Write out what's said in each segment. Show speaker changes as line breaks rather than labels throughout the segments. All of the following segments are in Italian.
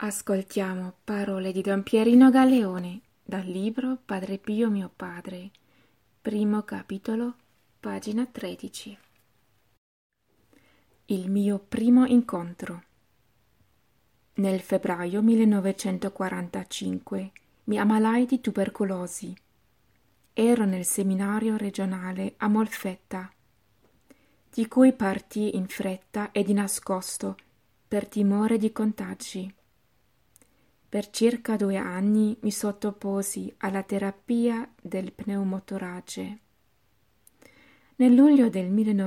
Ascoltiamo parole di Don Pierino Galeone dal libro Padre Pio mio padre, primo capitolo, pagina 13. Il mio primo incontro. Nel febbraio 1945 mi ammalai di tubercolosi. Ero nel seminario regionale a Molfetta, di cui partii in fretta e di nascosto per timore di contagi. Per circa 2 anni mi sottoposi alla terapia del pneumotorace. Nel luglio del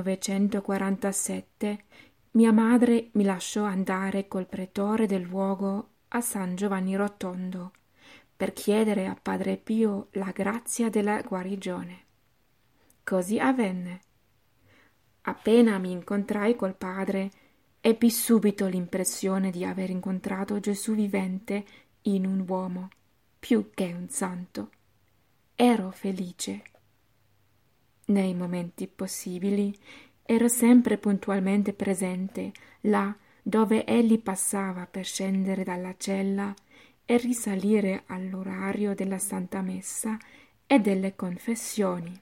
1947 mia madre mi lasciò andare col pretore del luogo a San Giovanni Rotondo per chiedere a Padre Pio la grazia della guarigione. Così avvenne. Appena mi incontrai col padre, ebbi subito l'impressione di aver incontrato Gesù vivente in un uomo, più che un santo. Ero felice. Nei momenti possibili ero sempre puntualmente presente là dove egli passava per scendere dalla cella e risalire all'orario della Santa Messa e delle confessioni.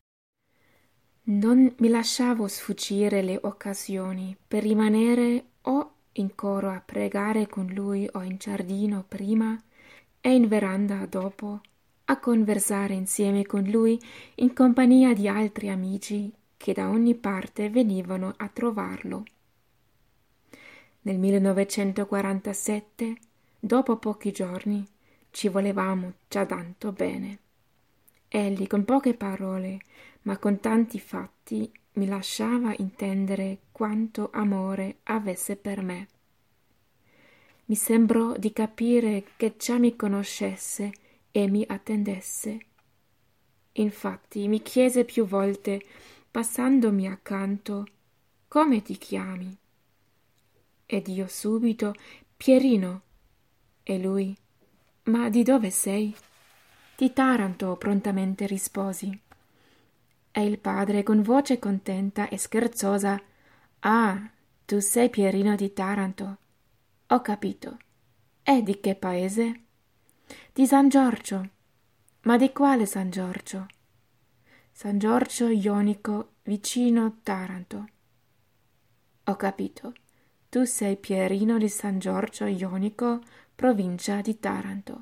Non mi lasciavo sfuggire le occasioni per rimanere o in coro a pregare con lui o in giardino prima e in veranda dopo, a conversare insieme con lui in compagnia di altri amici che da ogni parte venivano a trovarlo. Nel 1947, dopo pochi giorni, ci volevamo già tanto bene. Egli, con poche parole, ma con tanti fatti, mi lasciava intendere quanto amore avesse per me. Mi sembrò di capire che già mi conoscesse e mi attendesse. Infatti mi chiese più volte, passandomi accanto, «Come ti chiami?» Ed io subito, «Pierino». E lui, «Ma di dove sei?» «Di Taranto», prontamente risposi. E il padre, con voce contenta e scherzosa, «Ah, tu sei Pierino di Taranto. Ho capito. E di che paese?» «Di San Giorgio». «Ma di quale San Giorgio?» «San Giorgio Ionico, vicino Taranto». «Ho capito. Tu sei Pierino di San Giorgio Ionico, provincia di Taranto».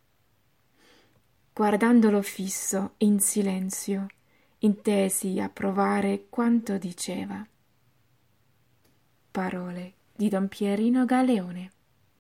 Guardandolo fisso, in silenzio, intesi approvare quanto diceva. Parole di Don Pierino Galeone.